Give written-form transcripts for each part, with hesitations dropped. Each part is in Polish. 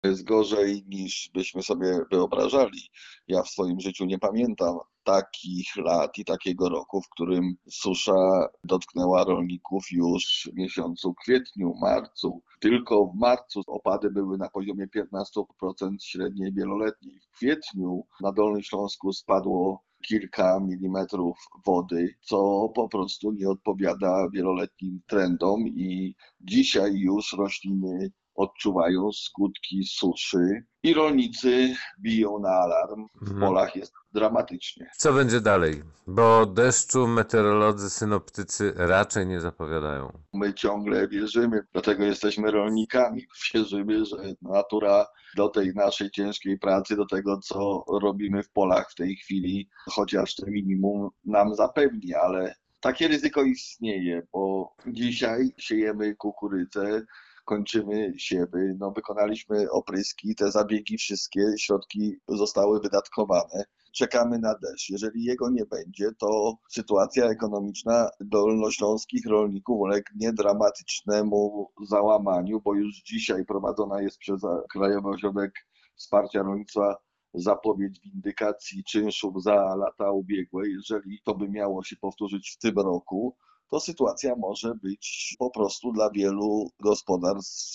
Jest gorzej niż byśmy sobie wyobrażali. Ja w swoim życiu nie pamiętam takich lat i takiego roku, w którym susza dotknęła rolników już w miesiącu kwietniu, marcu. Tylko w marcu opady były na poziomie 15% średniej wieloletniej. W kwietniu na Dolnym Śląsku spadło kilka milimetrów wody, co po prostu nie odpowiada wieloletnim trendom i dzisiaj już rośliny odczuwają skutki suszy i rolnicy biją na alarm. W Mhm. polach jest dramatycznie. Co będzie dalej? Bo deszczu meteorolodzy, synoptycy raczej nie zapowiadają. My ciągle wierzymy, dlatego jesteśmy rolnikami. Wierzymy, że natura do tej naszej ciężkiej pracy, do tego, co robimy w polach w tej chwili, chociaż to minimum nam zapewni, ale takie ryzyko istnieje, bo dzisiaj siejemy kukurydzę, kończymy siewy, no wykonaliśmy opryski, te zabiegi, wszystkie środki zostały wydatkowane. Czekamy na deszcz. Jeżeli jego nie będzie, to sytuacja ekonomiczna dolnośląskich rolników ulegnie dramatycznemu załamaniu, bo już dzisiaj prowadzona jest przez Krajowy Ośrodek Wsparcia Rolnictwa zapowiedź windykacji czynszów za lata ubiegłe. Jeżeli to by miało się powtórzyć w tym roku, to sytuacja może być po prostu dla wielu gospodarstw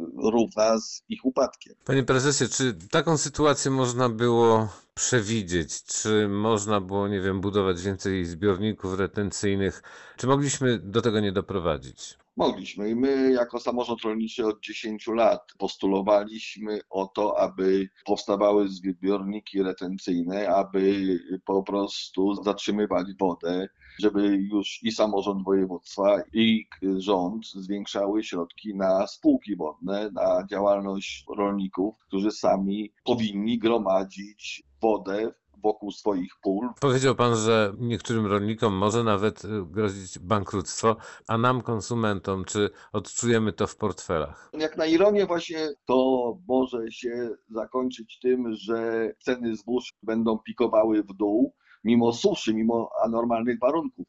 równa z ich upadkiem. Panie prezesie, czy taką sytuację można było przewidzieć? Czy można było, nie wiem, budować więcej zbiorników retencyjnych? Czy mogliśmy do tego nie doprowadzić? Mogliśmy i my jako samorząd rolniczy od 10 lat postulowaliśmy o to, aby powstawały zbiorniki retencyjne, aby po prostu zatrzymywać wodę, żeby już i samorząd województwa, i rząd zwiększały środki na spółki wodne, na działalność rolników, którzy sami powinni gromadzić wodę wokół swoich pól. Powiedział pan, że niektórym rolnikom może nawet grozić bankructwo, a nam, konsumentom, czy odczujemy to w portfelach? Jak na ironię właśnie to może się zakończyć tym, że ceny zbóż będą pikowały w dół, mimo suszy, mimo anormalnych warunków.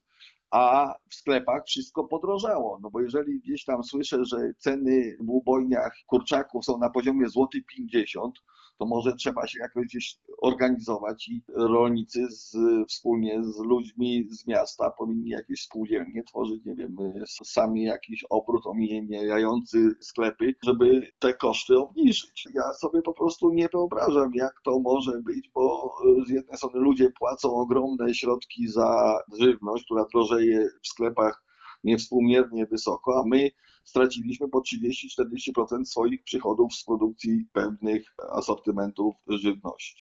A w sklepach wszystko podrożało. No bo jeżeli gdzieś tam słyszę, że ceny w ubojniach kurczaków są na poziomie złoty 50, to może trzeba się jakoś gdzieś organizować i rolnicy wspólnie z ludźmi z miasta powinni jakieś spółdzielnie tworzyć, nie wiem, sami jakiś obrót omijający sklepy, żeby te koszty obniżyć. Ja sobie po prostu nie wyobrażam, jak to może być, bo z jednej strony ludzie płacą ogromne środki za żywność, która drożeje w sklepach niewspółmiernie wysoko, a my straciliśmy po 30-40% swoich przychodów z produkcji pewnych asortymentów żywności.